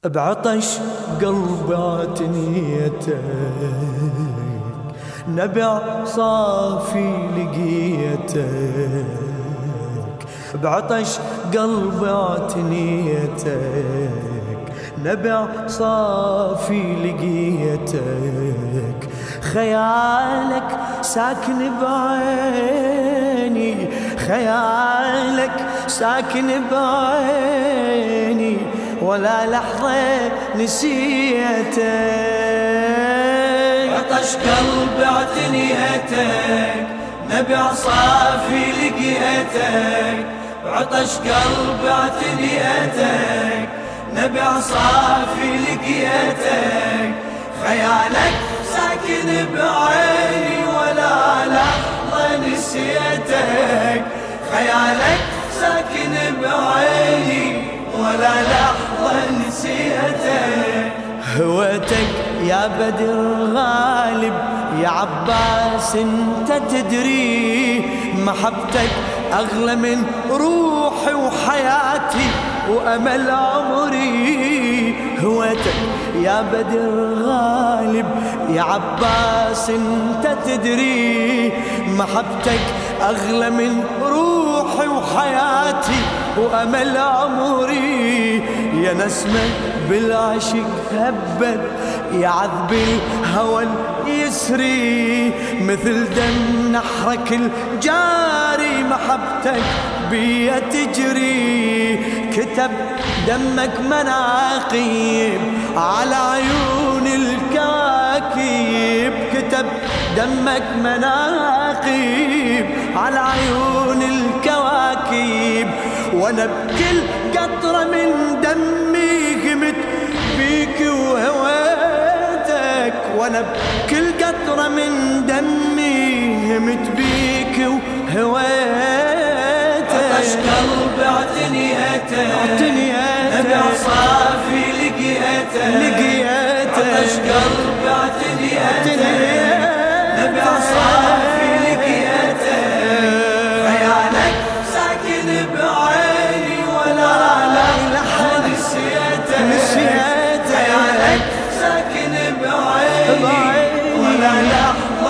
بعطش قلبي عتنيتك، نبع صافي لقيتك. بعطش قلبي عتنيتك، نبع صافي لقيتك. خيالك ساكن بعيني، خيالك ساكن بعيني، ولا لحظة نسيتك. عطش قلبي اعتنيتك، نبع صافي لقيتك. عطش قلبي اعتنيتك، نبع صافي لقيتك. خيالك ساكن بعيني، ولا لحظة نسيتك. خيالك ساكن بعيني، ولا لحظة نسيتك. هويتك يا بدر غالب، يا عباس انت تدري، محبتك اغلى من روحي وحياتي وامل عمري. هويتك يا بدر غالب، يا عباس انت تدري، محبتك اغلى من روحي وحياتي وامل عمري. يا نسمة بالعشق هبت، يا عذب الهوى يسري، مثل دم نحرك الجاري، محبتك بيا تجري. كتب دمك مناقيب على عيون الكواكب، كتب دمك مناقيب على عيون الكواكب. وانا بكل قطرة من دمي قمت بيك وهويتك، وانا بكل قطرة من دمي قمت بيك وهويتك. عطش قلبي اعتنيتك، نبع صافي لقيتك. عطش قلبي اعتنيتك، نبع صافي لقيتك. خيالك ساكن بعيني، ولا لحظة نسيتك. خيالك ساكن بعيني، ولا لحظة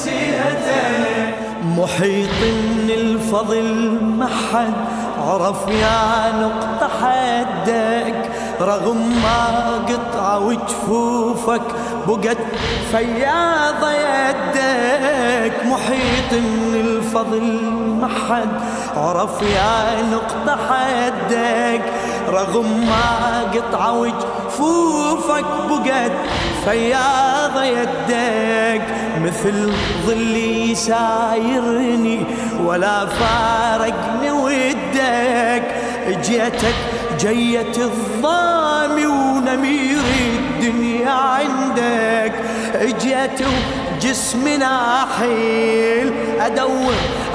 نسيتك. محيط من الفضل محد عرف يا نقطة حدك، رغم ما قطع وجفوفك بقت فياضة يدك. محيط من الفضل محد عرف يا نقطة حدك، رغم ما قطع وجفوفك بقت فياضة يدك. مثل ظلي سايرني ولا فارقني ودك، جيتك جية الظامي ونمير الدنيا عندك. جيت وجسمي ناحيل أدور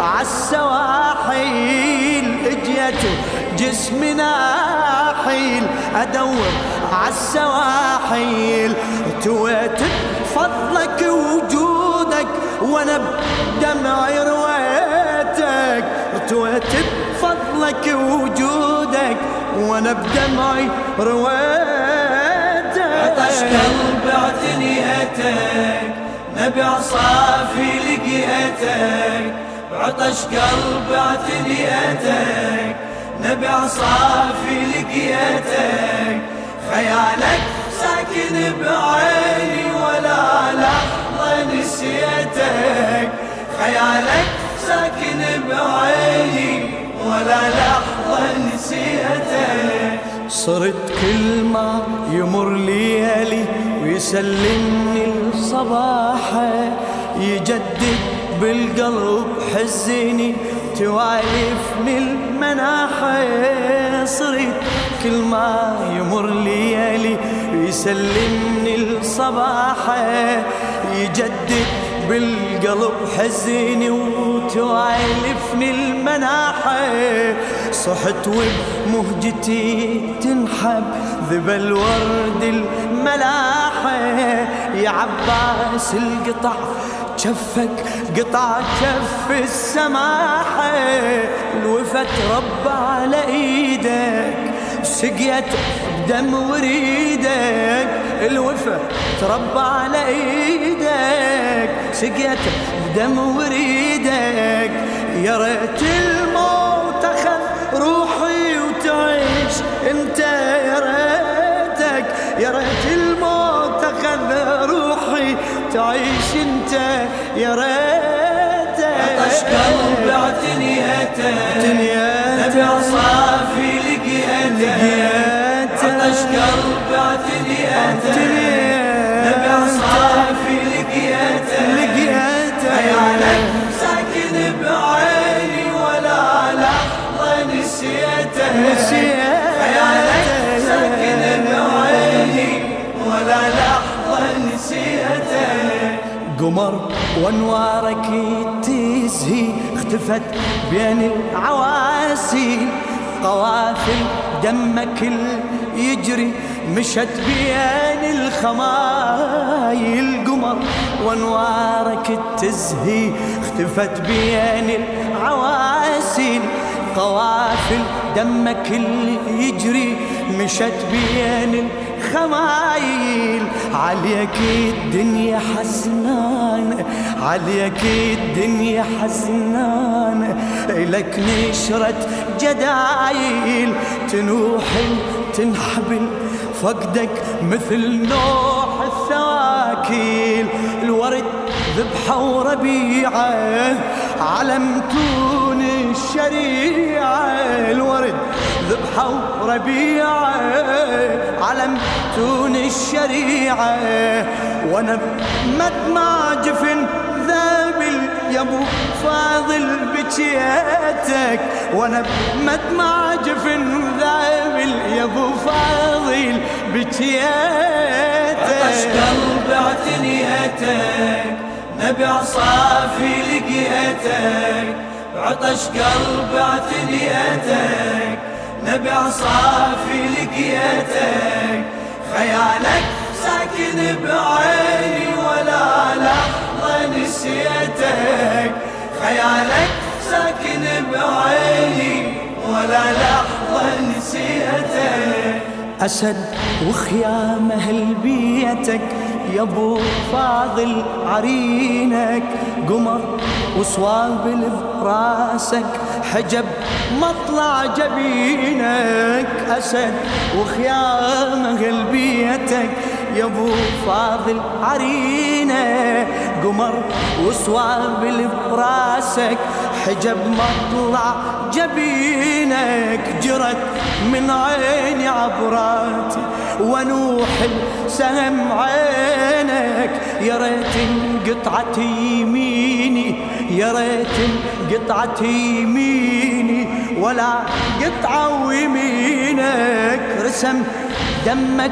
عالسواحل، جيت جسمي ناحيل أدور عالسواحل. ارتويت بفضلك وجودك، وانا بدمعي رويتك. ارتويت بفضلك وجودك، وانا بدمعي رويتك. عطش قلبي اعتنيتك، نبع صافي لقيتك. عطش قلبي اعتنيتك، نبع صافي لقيتك. خيالك ساكن بعيني، ولا لحظة نسيتك. خيالك ساكن بعيني، ولا لحظة نسيتك. صرت كل ما يمر ليالي ويسلمني الصباحة، يجدد بالقلب حزني توالفني المناحة. صرت كل ما يمر ليالي ويسلمني الصباحة، يجدد بالقلب حزني وتوالفني المناحة. صحت وبمهجتي تنحب ذبل الورد الملاحة. يا عباس القطع شفك قطع شف السماحة، الوفت رب على ايدك سقيت بدم وريدك، الوفا تربى على ايدك، سقيت بدم وريدك. يا ريت الموت اخذ روحي وتعيش انت، يا ريتك، يا ريت الموت اخذ روحي تعيش انت، يا ريتك. عطش قلبي اعتنيتك، نبع صافي لقيتك، عطش قلبي اعتنيتك، نبع صافي لقيتك، خيالك ساكن بعيني ولا لحظة نسيتك، خيالك ساكن بعيني ولا لحظة نسيتك. قمر وانوارك تزهي اختفت بين العواسي، قوافل دمك يجري مشت بين الخمايل. قمر وانوارك تزهي اختفت بين العواسي، قوافل دمك يجري مشت بين الخمايل. عليك الدنيا حزنانة، عليك الدنيا حزنانة، إلك نشرت جدايل تنوح تنحبل فقدك مثل نوح الثواكيل. الورد ذبحة وربيعة علمتون الشريعة، الورد ذبحة وربيعة علمتون الشريعة. وانا بمدمع جفن ذابل يا ابو فاضل بجيتك، وانا بمدمع جفن ذابل يا ابو فاضل بجيتك. عطش قلبي اعتنيتك، نبع صافي لقيتك، عطش قلبي اعتنيتك، نبع صافي لقيتك، خيالك ساكن بعيني ولا لحظة نسيتك، خيالك ساكن بعيني ولا لحظة نسيتك. أسد وخيام أهل بيتك يا ابو فاضل عرينك، قمر وصوابل براسك حجب مطلع جبينك. أسد وخيام أهل بيتك يا ابو فاضل عرينك، قمر وصوابل براسك حجب مطلع جبينك. جرت من عيني عبراتي ونوح سهم عينك، يا ريت انقطعت يميني، يا ريت انقطعت يميني ولا قطعة ويمينك. رسم دمك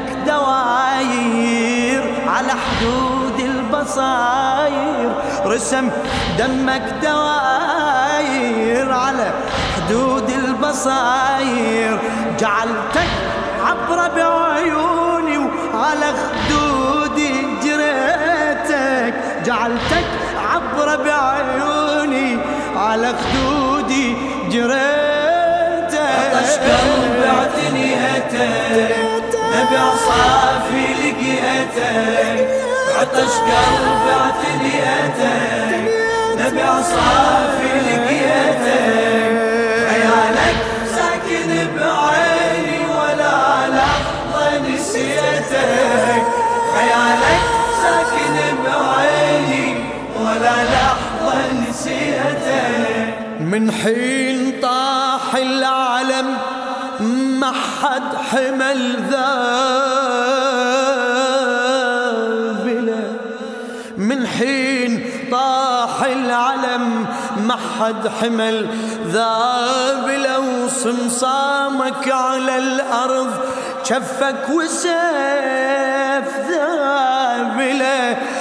دواير على حدود البصاير، رسم دمك دواير على حدود البصاير. جعلتك عبرة بعيوني وعلى خدودي جريتك، جعلتك عبرة بعيوني على خدودي جريتك. عطش قلبي اعتنيتك، نبع صافي لقيتك، عطش قلبي اعتنيتك، نبع صافي لقيتك، خيالك ساكن بعيني ولا لحظة نسيتك، خيالك ساكن بعيني ولا لحظة نسيتك. من حين طاح العلم ما حد حمل ذابله، من حين طاح العلم ما حد حمل ذابله. وصمصامك على الأرض شفك وسيف ذابله،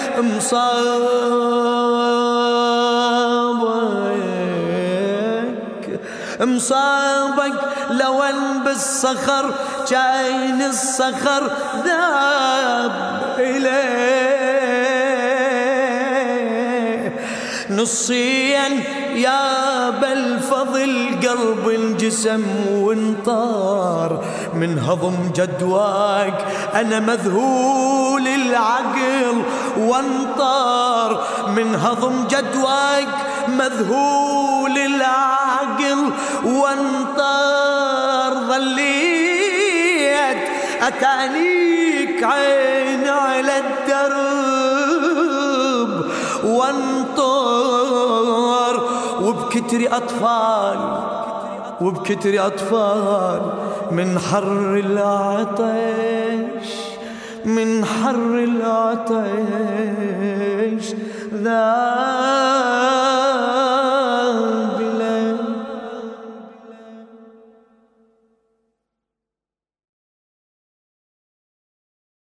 مصابك لون بالصخر كاين الصخر ذاب إليه. نصيا يا بالفضل قلب انجسم وانطار من هضم جدواك، أنا مذهول العقل وانطار من هضم جدواك، مذهول العقل وانطار. ظليت أتانيك عين على الدرب وانطر، وبكتري أطفال من حر العطش، من حر العطش